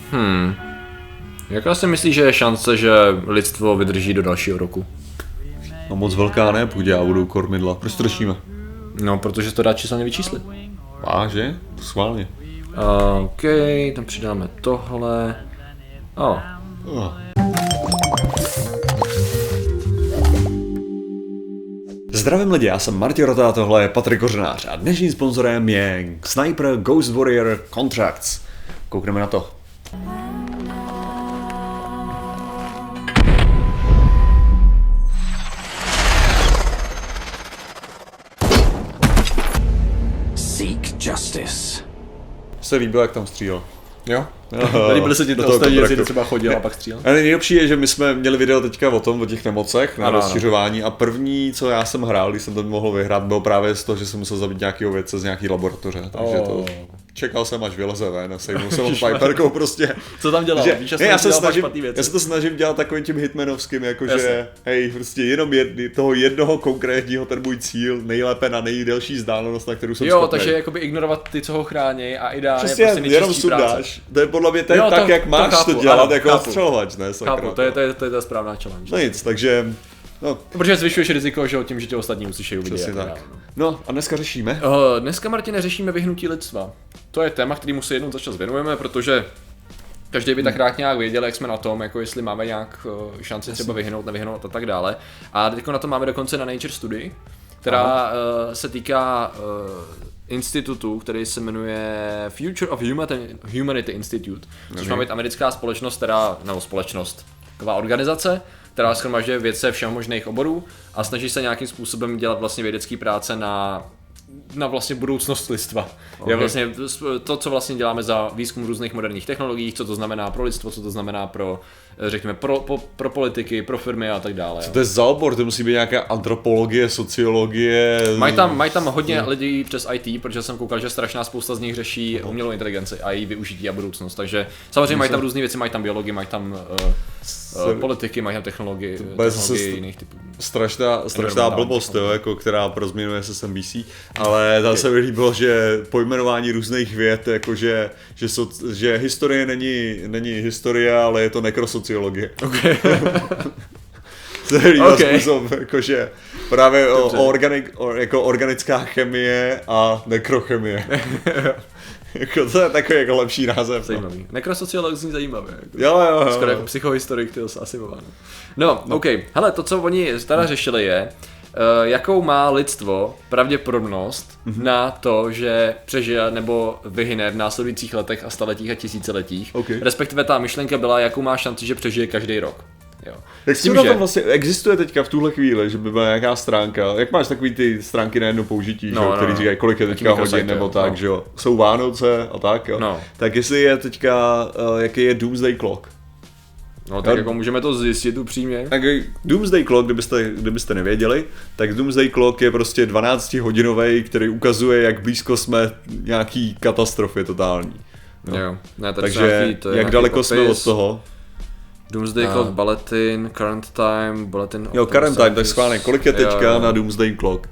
Jaká si myslíš, že je šance, že lidstvo vydrží do dalšího roku? No moc velká ne, půjde a budou kormidla. Proč to řešíme? No, protože to dá číselně vyčíslit. Že? Schválně. OK, tam přidáme tohle. Zdravím lidi, já jsem Martin Rota a tohle je Patrik Kořenář a dnešním sponzorem je Sniper Ghost Warrior Contracts. Koukneme na to. Seek justice. Se líbilo, jak tam střílel. Jo? Líbily se ti to ostatní, jestli to třeba chodil a pak střílel? Ale nejlepší je, že my jsme měli video teďka o těch nemocech na rozšiřování a první, co já jsem hrál, když jsem to mohl vyhrát, bylo právě z toho, že jsem musel zabít nějakého vědce z nějaký laboratoře, takže to čekal jsem, až vyleze ven a sejmul jsem Piperkou prostě. Co tam dělal? Já se to snažím dělat takovým tím hitmanovským, jakože hej, prostě jenom toho jednoho konkrétního ten můj cíl, nejlépe na nejdelší vzdálenost, na kterou jsem schopný. Takže jakoby ignorovat ty, co ho chrání a ideálně prostě jenom sundáš. To je podle mě tak, jak máš to dělat, ano, jako ostřelovač, ne? Chápu, to je ta správná challenge. No nic, takže... Protože zvyšuješ riziko, že tím, že tě ostatní musíš uvidět. Přesně tak. No a dneska řešíme? Dneska, Martine, řešíme vyhnutí lidstva. To je téma, kterému se jednou za čas věnujeme, protože každý by tak rád nějak věděl, jak jsme na tom, jako jestli máme nějak šanci třeba vyhnout, nevyhnout a tak dále. A teď na to máme dokonce na Nature studii, která se týká institutu, který se jmenuje Future of Humanity Institute, což má být americká společnost, taková organizace, která shromažďuje vědce všech možných oborů a snaží se nějakým způsobem dělat vlastně vědecké práce na vlastně budoucnost lidstva. Je vlastně to, co vlastně děláme za výzkum různých moderních technologií, co to znamená pro lidstvo, co to znamená pro, řekněme, pro politiky, pro firmy a tak dále. Co to je za obor? To musí být nějaká antropologie, sociologie. Mají tam hodně lidí přes IT, protože jsem koukal, že strašná spousta z nich řeší umělou inteligenci a její využití a budoucnost. Takže samozřejmě mají tam různé věci, mají tam biologii, mají tam politiky, mají tam technologie jiných typů. Strašná blbost, jako, která prozměnuje se NBC, ale tam se mi líbilo, že pojmenování různých věd, jakože, že historie není historie, ale je to nekrosociologie. Okay. To je líbá způsob, jakože právě jako organická chemie a nekrochemie. Jako to je takový jako lepší název. Zajímavý. Nekrosociolog zní zajímavě. Jo. Skoro jako psychohistorik, ty asi voláno. No, OK. Hele, to, co oni teda řešili je, jakou má lidstvo pravděpodobnost na to, že přežije nebo vyhyne v následujících letech a staletích a tisíciletích. Respektive ta myšlenka byla, jakou má šanci, že přežije každý rok. Jo. Jak s tím, že vlastně existuje teďka v tuhle chvíli, že by byla nějaká stránka, jak máš takový ty stránky na jedno použití, který říkají, kolik je teďka hodin nebo tak, že jo, jsou Vánoce a tak, jo. Tak jestli je teďka, jaký je Doomsday Clock? No tak jako můžeme to zjistit upřímně. Tak Doomsday Clock, kdybyste nevěděli, tak Doomsday Clock je prostě 12hodinový, který ukazuje, jak blízko jsme nějaký katastrofy totální. Jo. Ne, takže jak daleko jsme od toho? Doomsday Clock, Bulletin, Current Time, Bulletin... Jo, Current Time, tak schválně, kolik je teďka na Doomsday Clock?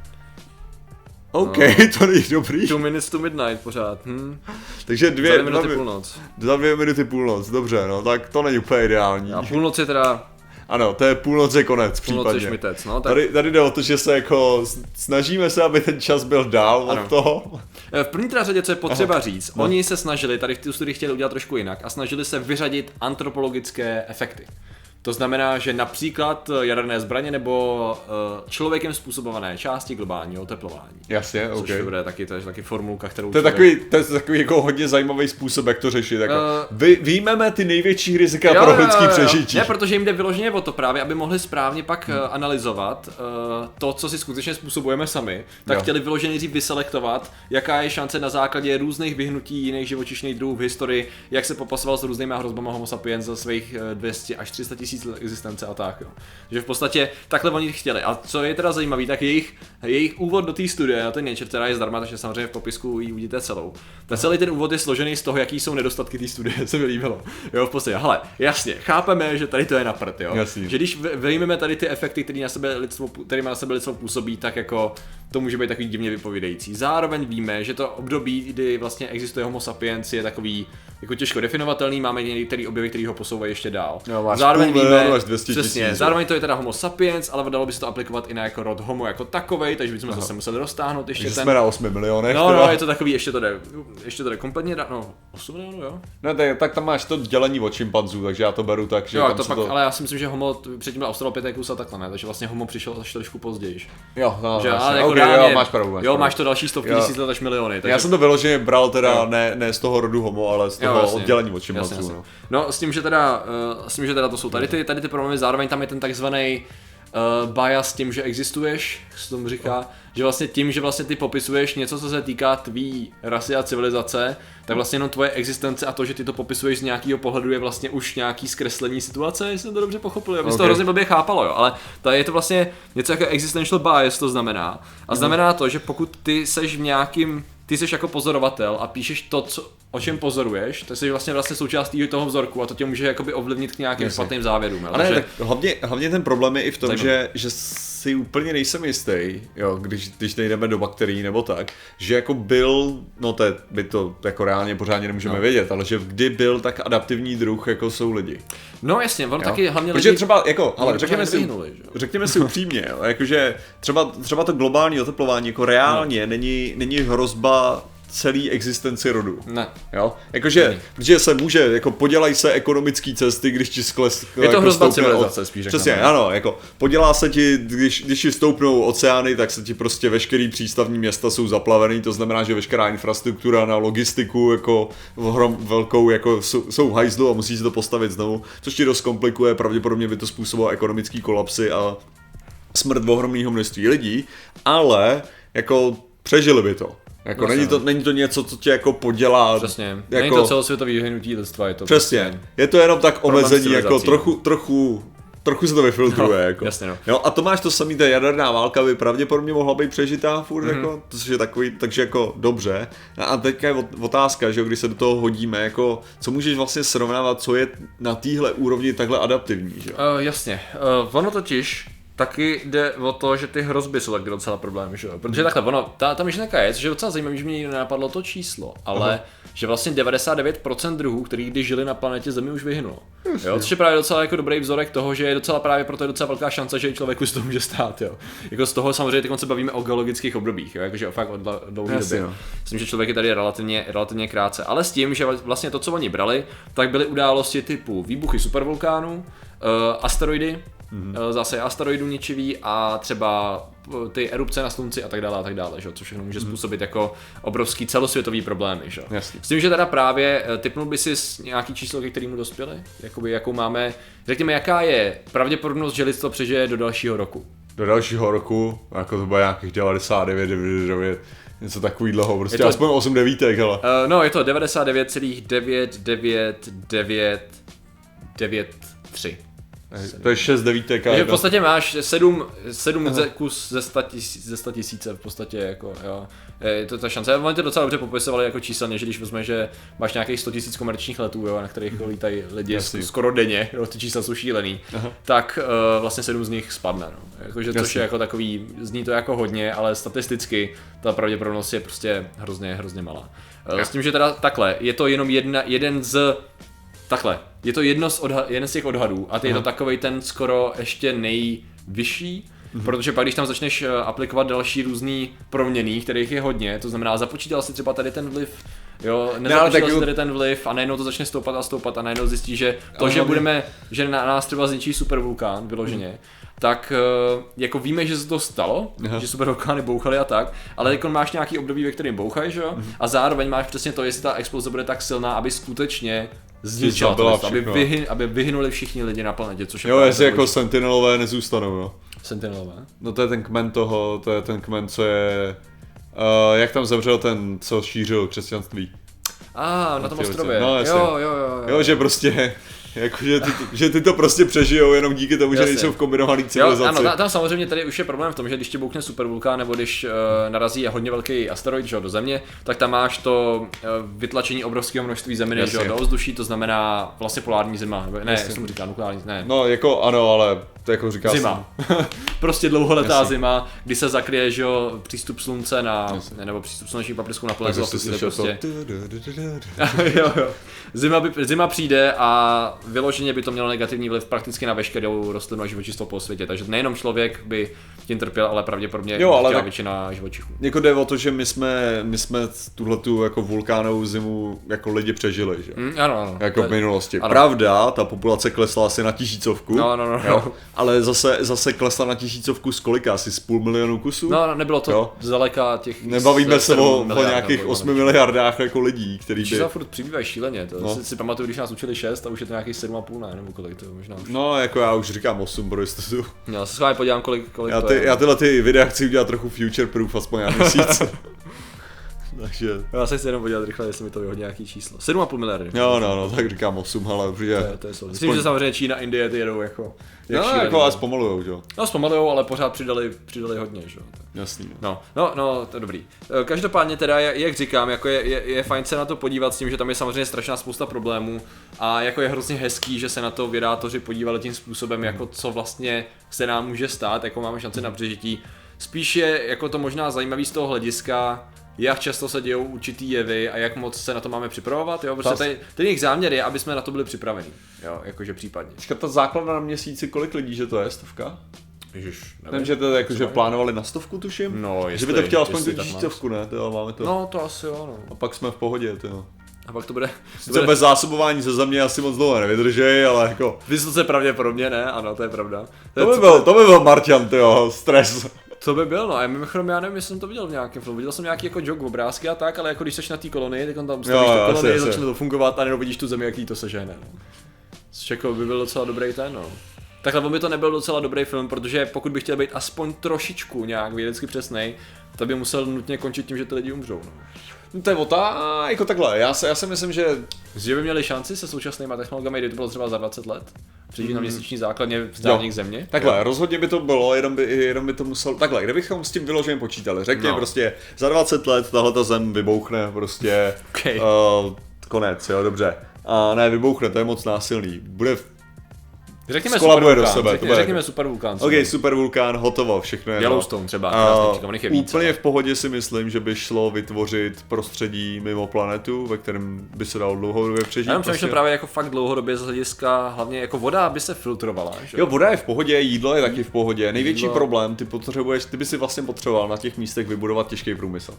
OK, to není dobrý. 2 minutes to midnight pořád. Takže 2 minuty půlnoc. Za 2 minuty půlnoc, dobře, no tak to není úplně ideální. A půlnoc je teda... Ano, to je půlnoc je konec případně. Půlnoc je šmitec, no. Tak... Tady jde o to, že se jako snažíme se, aby ten čas byl dál od toho. V první teda řadě, co je potřeba říct, oni se snažili, tady v té studii chtěli udělat trošku jinak a snažili se vyřadit antropologické efekty. To znamená, že například jaderné zbraně nebo člověkem způsobované části globálního oteplování. Jasně, což je dobré, to je taky formulka, kterou... To je takový jako hodně zajímavý způsob, jak to řešit. Jako, vyjmeme ty největší rizika pro lidský přežití. Ne, protože jim jde vyloženě o to právě, aby mohli správně pak analyzovat to, co si skutečně způsobujeme sami, tak chtěli vyloženě dřív vyselektovat, jaká je šance na základě různých vyhnutí jiných živočišných druhů v historii, jak se popasoval s různými hrozbami Homo sapiens za svých 200 až 300 000 existence a tak, jo. Že v podstatě takhle oni chtěli. A co je teda zajímavý, tak jejich úvod do té studie, na ten Nature, která je zdarma, takže samozřejmě v popisku ji uvidíte celou. Celý ten úvod je složený z toho, jaký jsou nedostatky té studie, se mi líbilo. Jo, v podstatě, hele, jasně, chápeme, že tady to je na prd, jo. Jasně. Že když vyjmeme tady ty efekty, kterými na sebe lidstvo působí, tak jako to může být takový divně vypovídající. Zároveň víme, že to období, kdy vlastně existuje Homo sapiens, je takový jako těžko definovatelný, máme některé objevy, které ho posouvají ještě dál. No, zároveň víme, až 200 000, zároveň to je teda Homo sapiens, ale dalo by se to aplikovat i na jako rod Homo jako takovej, takže bychom zase museli roztáhnout ještě že ten. Jsme na 8 milionech. No, je to takový, ještě to jde kompletně, 8 milionů, jo? No, tak tam máš to dělení od šimpanzů, takže já to beru tak, že jo, tam to pak, to... ale já si myslím, že Homo předtím byl Australopithecus a takhle, ne? Takže vlastně Homo přišel až trošku později. Jo, no, že, vlastně. ale jako Okay, reálně, jo, máš pravdu. Jo, máš to další stovky tisíc let až miliony. Takže... Já jsem to vyloženě bral teda ne z toho rodu Homo, ale z toho oddělení od šimpanzů. No, s tím, že teda to jsou tady ty problémy, zároveň tam je ten takzvaný bias tím, že existuješ, jak se tomu říká, že vlastně tím, že vlastně ty popisuješ něco, co se týká tvý rasy a civilizace, tak vlastně jenom tvoje existence a to, že ty to popisuješ z nějakého pohledu, je vlastně už nějaký zkreslení situace, jestli jsem to dobře pochopil, aby se to hrozně blbě chápalo, jo, ale tady je to vlastně něco jako existential bias, to znamená. A znamená to, že pokud ty seš v nějakým, ty jsi jako pozorovatel a píšeš to, o čem pozoruješ, to jsi vlastně součástí toho vzorku a to tě může jakoby ovlivnit k nějakým špatným závěrům. Ale ne, tak hlavně ten problém je i v tom, že si úplně nejsem jistý, jo, když nejdeme do bakterií nebo tak, že jako byl, no by to jako reálně pořádně nemůžeme vědět, ale že kdy byl tak adaptivní druh, jako jsou lidi. No jasně, on taky hlavně protože lidi... třeba, jako, ale řekněme si upřímně, jo, jakože třeba to globální oteplování jako reálně není hrozba celý existenci rodu. Ne. Jo? Jakože, protože se může, jako podělají se ekonomické cesty, když ti je to hrozba civilizace spíš. Přesně, ano, jako podělá se ti, když ti stoupnou oceány, tak se ti prostě veškerý přístavní města jsou zaplavený, to znamená, že veškerá infrastruktura na logistiku jako velkou jako jsou v hajzlu a musí se to postavit znovu, což ti dost komplikuje, pravděpodobně by to způsobilo ekonomický kolapsy a smrt ohromného množství lidí, ale jako přežili by to. Jako není to něco, co tě jako podělá. Přesně. Jako, není to celosvětový vyhnutí lidstva, je to. Přesně. Prostě je to jenom tak omezení, jako trochu se to vyfiltruje. No, jako. Jasně, no. Jo, a to máš to samý, ta jaderná válka by pravděpodobně mohla být přežitá furt, jako, což je takový, takže jako dobře. A teďka je otázka, že když se do toho hodíme, jako, co můžeš vlastně srovnávat, co je na téhle úrovni takhle adaptivní, že? Jasně. Ono totiž taky jde o to, že ty hrozby jsou taky docela problém, že jo? Protože takhle, ta myšlenka je, což je docela zajímavé, že mě nikdy nenapadlo to číslo, ale že vlastně 99% druhů, který kdy žili na planetě Zemi, už vyhynulo. Jo? Což je právě docela jako dobrý vzorek toho, že je docela právě proto je docela velká šance, že člověku z toho může stát, jo. Jako z toho samozřejmě teď se bavíme o geologických obdobích, jo? Jakože fakt od dlouhé doby. Myslím, že člověk je tady relativně krátce, ale s tím, že vlastně to, co oni brali, tak byly události typu výbuchy supervulkánů, asteroidy, zase asteroidů ničivý a třeba ty erupce na slunci a tak dále, že? Což všechno může způsobit jako obrovský celosvětový problémy. Že? S tím, že teda právě tipnul by si nějaký číslo, ke kterému dospěli? Jakoby, jakou máme, řekněme, jaká je pravděpodobnost, že lidstvo přežije do dalšího roku? Do dalšího roku, jako to bude nějakých 99, něco takový dlouho, prostě aspoň 8 devítek, ale. No, je to 99,99993. To je 6 devítek. Takže v podstatě máš 7 kus ze 100 000 v podstatě jako, jo. Je to ta šance. Oni to docela dobře popisovali jako číselně, že když vezme, že máš nějakých 100 000 komerčních letů, jo, na kterých lítají lidi skoro denně, jo, ty čísla jsou šílený, tak vlastně 7 z nich spadne, no. Jakože což je jako takový, zní to jako hodně, ale statisticky ta pravděpodobnost je prostě hrozně malá. S tím, že teda takhle, je to jenom jeden z těch odhadů a je to takovej ten skoro ještě nejvyšší, protože pak když tam začneš aplikovat další různý proměnný, kterých je hodně, to znamená započítal si třeba tady ten vliv, jo, nezapočítal si tady ten vliv a najednou to začne stoupat a najednou zjistí, že to, že na nás třeba zničí supervulkán vyloženě, tak jako víme, že se to stalo, že supervulkány bouchaly a tak, ale jako máš nějaký období, ve kterém bouchají, že jo, a zároveň máš přesně to, jestli ta exploze bude tak silná, aby skutečně zničila to, aby vyhynuli všichni lidi na planetě, což je jo, jestli jako sentinelové nezůstanou, jo. Sentinelové? No to je ten kmen toho, to je ten kmen, co je, jak tam zemřel ten, co šířil křesťanství. Na tom ostrově, no, jo, že prostě, jakože že ty to prostě přežijou jenom díky tomu, že nejsou v kombinované civilizaci. Ano, tam samozřejmě tady už je problém v tom, že když ti bouchne supervulkán nebo když narazí hodně velký asteroid, že, do Země, tak tam máš to vytlačení obrovského množství zeminy, že, do ovzduší, to znamená vlastně polární zima, ne, jak jsem říkal, nukleární, ne. No jako ano, ale To jako říká Zima. Prostě dlouholetá zima, kdy se zakryje, že jo, přístup slunce nebo přístup slunečních paprsku na plné prostě. Jo. Zima přijde a vyloženě by to mělo negativní vliv prakticky na veškerou rostlinu a živočistvo po světě, takže nejenom člověk by tím trpěl, ale pravděpodobně chtěla většina živočichů. Jako jde o to, že my jsme tuhletu jako vulkánovou zimu jako lidi přežili, že? Ano. Jako v minulosti. Ano. Pravda, ta populace klesla asi na 1000. No. Jo? Ale zase klesla na 1000 z kolika? Asi z 500 000 kusů? No, nebylo to zdaleka těch... Nebavíme se o nějakých 8 miliardách jako lidí, který by... Čísla furt přibývají šíleně, to si pamatuju, když nás učili 6 a už je to nějakých 7,5, ne, nebo kolik to je možná už. No, jako já už říkám 8 pro jistotu. Já se s vámi podívám, kolik já tyhle ty videa chci udělat trochu future proof, aspoň na měsíc. Takže... Já se chci jenom podívat rychle, jestli mi to vyhodí nějaký číslo. 7,5 miliardy. No, tak říkám 8, ale určitě... To je solidní. Myslím, že samozřejmě Čína, Indie ty jedou jako... jako ale zpomalujou, jo. No zpomalujou, ale pořád přidali hodně, že jo. Jasný. No, to je dobrý. Každopádně teda, jak říkám, jako je fajn se na to podívat s tím, že tam je samozřejmě strašná spousta problémů a jako je hrozně hezký, že se na to vědátoři podívali tím způsobem, jako co vlastně se nám může stát, jako máme šanci na přežití. Spíš je jako to možná zajímavý z toho hlediska, jak často se dějou určitý jevy a jak moc se na to máme připravovat, jo, protože ten jejich záměr je, aby jsme na to byli připraveni, jo, jakože případně. Ta základna na měsíci, kolik lidí, že to je, 100? Ježiš, nevím, že to jakože plánovali na 100, tuším? No, že by to chtěl aspoň tu 1000, ne, to máme to. No, to asi jo, no. A pak jsme v pohodě, jo. A pak to bude... Bez zásobování ze země asi moc dlouho nevydržej, ale jako... Vysoce pravděpodobně ne, ano, to je pravda. To by byl Marťan, tyjo, stres. To by byl, no a mimochodem já nevím, jestli jsem to viděl v nějakém filmu, viděl jsem nějaký jako joke obrázky a tak, ale jako když jsi na té kolonii, tak on tam stavíš tu kolonii, začne to fungovat a vidíš tu zemi, jaký to sežene, no. Čekal by byl docela dobrý ten, no. Takhle by to nebyl docela dobrý film, protože pokud bych chtěl být aspoň trošičku nějak vědecky přesnej, tak by musel nutně končit tím, že ty lidi umřou, no. No to je jako takhle, já si myslím, že by měli šanci se současnými technologiemi, kdyby to bylo třeba za 20 let, přijít na měsíční základně vzdálených země. Takhle, rozhodně by to bylo, jenom by to muselo, takhle, kdybychom s tím vyloženě počítali, řekněme prostě za 20 let tahleta zem vybouchne prostě, konec, jo, dobře, a ne, vybouchne, to je moc násilný, bude skolabuje do sebe. Řekněme supervulkán. Ok, supervulkán, hotovo, všechno je. Yellowstone třeba, úplně v pohodě si myslím, že by šlo vytvořit prostředí mimo planetu, ve kterém by se dalo dlouhodobě přežít. Já přemýšlím právě jako fakt dlouhodobě z hlediska, hlavně jako voda by se filtrovala. Že? Jo, voda je v pohodě, jídlo je taky v pohodě. Největší problém, ty by si vlastně potřeboval na těch místech vybudovat těžký průmysl.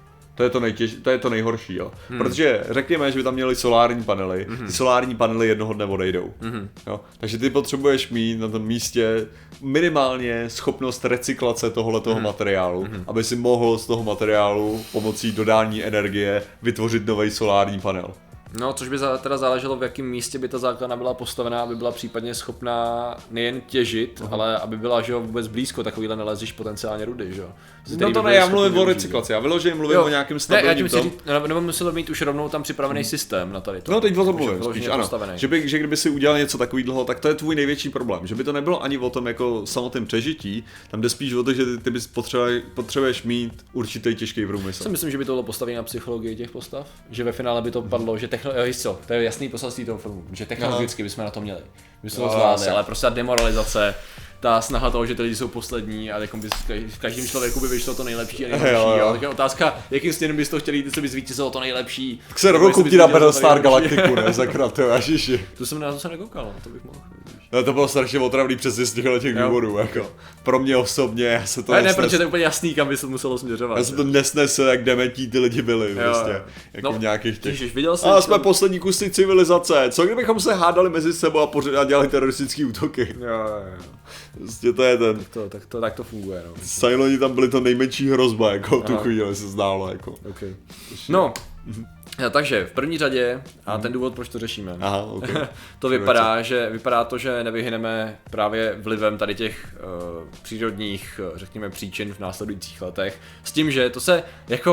To je to nejhorší, jo. Protože řekněme, že by tam měli solární panely, ty solární panely jednoho dne odejdou. Jo. Takže ty potřebuješ mít na tom místě minimálně schopnost recyklace tohoto materiálu, aby si mohl z toho materiálu pomocí dodání energie vytvořit nový solární panel. No, což by teda záleželo, v jakém místě by ta základna byla postavená, aby byla případně schopná nejen těžit, ale aby byla, že jo, vůbec blízko takovýhle nalezíš potenciálně rudy, že jo. No to ne, já mluvím o recyklaci, já vyloženě mluvím o nějakém stabilním tom. Nebo muselo mít už rovnou tam připravený systém na tady to. No teď o tom mluvím, spíš ano, že kdyby si udělal něco takového, tak to je tvůj největší problém, že by to nebylo ani o tom jako samotném přežití, tam jde spíš o to, že ty bys potřebuješ mít určitý těžký průmysl. Myslím, že by to bylo postavené na psychologii těch postav, že ve finále by to padlo, že to je jasný poselství toho filmu, že technologicky bychom na to měli. Bychom to zvládli, ale prostě demoralizace, ta snaha toho, že ty lidi jsou poslední a jako by v každém člověku by vyšlo to nejlepší a nejlepší. Jo. Tak je otázka, jakým směrem bys to chtěli jít, co by zvítězilo to nejlepší. Tak se rovnou koupí na Battlestar Galactiku, ne? Zakrát, jo, ježiši. To jsem na to nekoukal, to bych mohl. No, to bylo strašně otravný přesně z těch důvodů, jako. Pro mě osobně, já se to ne, protože to je úplně jasný, kam by se muselo směřovat. Já se to nesnesl, jak dementí ty lidi byli, prostě. Jako v nějakých těch. Ježiš, viděl jsem. A jsme poslední kusy civilizace. Co kdybychom se hádali mezi sebou a dělali teroristické útoky? Jo. Prostě to je ten. Tak to funguje, no. Cyloni tam byly to nejmenší hrozba, jako tu chvíli se zdálo, jako. Okay. No. Takže v první řadě, a ten důvod, proč to řešíme, to vypadá to, že nevyhyneme právě vlivem tady těch přírodních, řekněme, příčin v následujících letech, s tím, že to se jako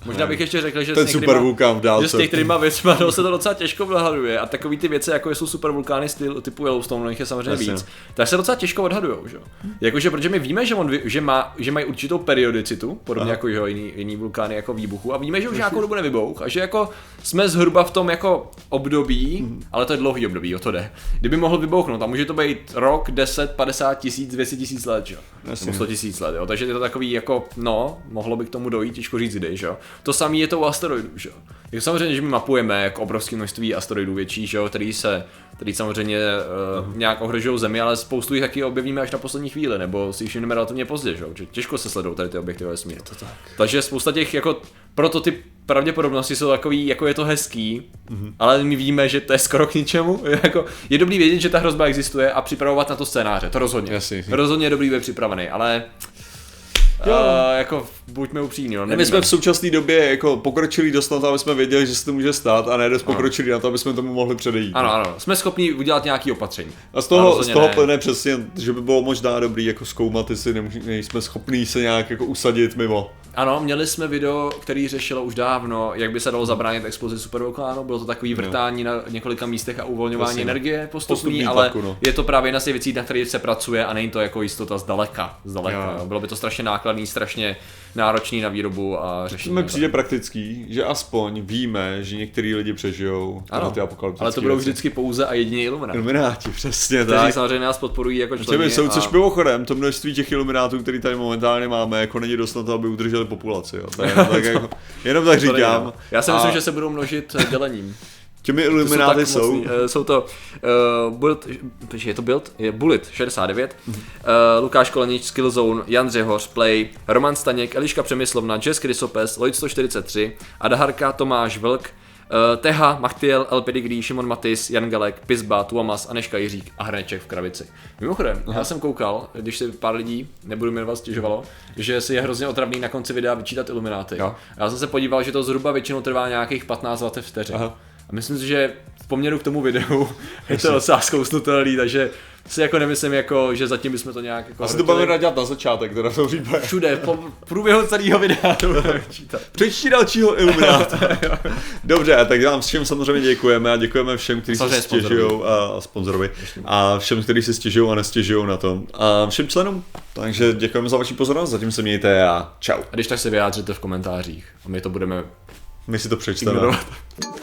Možná bych ještě řekl, že ten supervulkán v dálce. Že s některýma věcma se to docela těžko odhaduje a takový ty věci, jako jsou supervulkány styl typu Yellowstone, jich je samozřejmě víc, tak se docela těžko odhadujou, že? Jakože protože my víme, že mají určitou periodicitu, podobně jako jiný vulkány jako výbuchu, a víme, že už nějakou dobu nevybouch a že jako jsme zhruba v tom jako období, ale to je dlouhý období, o to jde. Kdyby mohl vybouchnout, a může to být rok, 10, 50 tisíc, 200 tisíc let, že? Nebo 100 tisíc let, jo? Takže je to takový jako, no, mohlo by k tomu dojít, těžko říct kdy, že? To samé je to u asteroidů, že? Je samozřejmě, že my mapujeme jako obrovské množství asteroidů větší, že jo, který samozřejmě nějak ohrožují Zemi, ale spoustu jich taky objevíme až na poslední chvíli, nebo si jich všimneme relativně pozdě, že jo? Těžko se sledují tady ty objekty ve vesmíru. Takže spousta těch jako, proto ty pravděpodobnosti jsou takový, jako je to hezký, ale my víme, že to je skoro k ničemu. Jako, je dobrý vědět, že ta hrozba existuje a připravovat na to scénáře, to rozhodně. Jasně. Rozhodně je dobrý být připravený, ale jako buďme upřímní. No, my jsme v současné době jako pokročili dost na to, aby jsme věděli, že se to může stát, a ne dost pokročili na to, aby jsme tomu mohli předejít. Ano, jsme schopni udělat nějaké opatření. A z toho plyne přesně, že by bylo možná dobrý jako zkoumat, jestli nejsme schopní se nějak jako usadit mimo. Ano, měli jsme video, který řešilo už dávno, jak by se dalo zabránit explozi supervulkánu. Bylo to takový vrtání na několika místech a uvolňování energie postupný, ale je to právě jedna z těch věcí, na které se pracuje, a není to jako jistota zdaleka. Bylo by to strašně nákladný, strašně náročný na výrobu a řešení. To mi přijde praktický, že aspoň víme, že některý lidi přežijou ty apokalyptické. Ale to budou vždycky pouze a jedině Illuminati. Illuminati, přesně tak. Kteří samozřejmě nás podporují jako členy. Což mimochodem, to množství těch Illuminátů, který tady momentálně máme, jako není dost na to, aby udrželi populaci. Jo. Jenom tak říkám. Já si myslím, že se budou množit dělením. Těmi Illumináty jsou to Bullet 69, Lukáš Kolenič, Skillzone, Jan Řehoř, Play, Roman Staněk, Eliška Přemyslovna, Jess Krysopes, Lloyd 143, Adaharka, Tomáš Vlk, Teha, Machtiel, El Pedigree, Šimon Matis, Jan Galek, Pizba, Tuomas, Aneška Jiřík a Hrneček v krabici. Mimochodem, já jsem koukal, když si pár lidí, nebudu jmenovat, stěžovalo, že si je hrozně otravný na konci videa vyčítat Illumináty. Já jsem se podíval, že to zhruba většinou trvá nějakých 15-20 vteřin. A myslím si, že v poměru k tomu videu je to docela zkousnutelný, takže si jako nemyslím, jako, že zatím bychom to nějak jako... Asi to budeme radět na začátek, teda v tom případě. Všude, po průběhu celého videa to budeme čítat. Přečti dalšího Illumináta. Dobře, tak vám všem samozřejmě děkujeme a děkujeme všem, kteří si stěžují a sponzorovi. A všem, kteří si stěžují a nestěžují na tom. A všem členům. Takže děkujeme za vaši pozornost, zatím se mějte a čau. A když tak se vyjádřete v komentářích a my to budeme... My si to přečteme.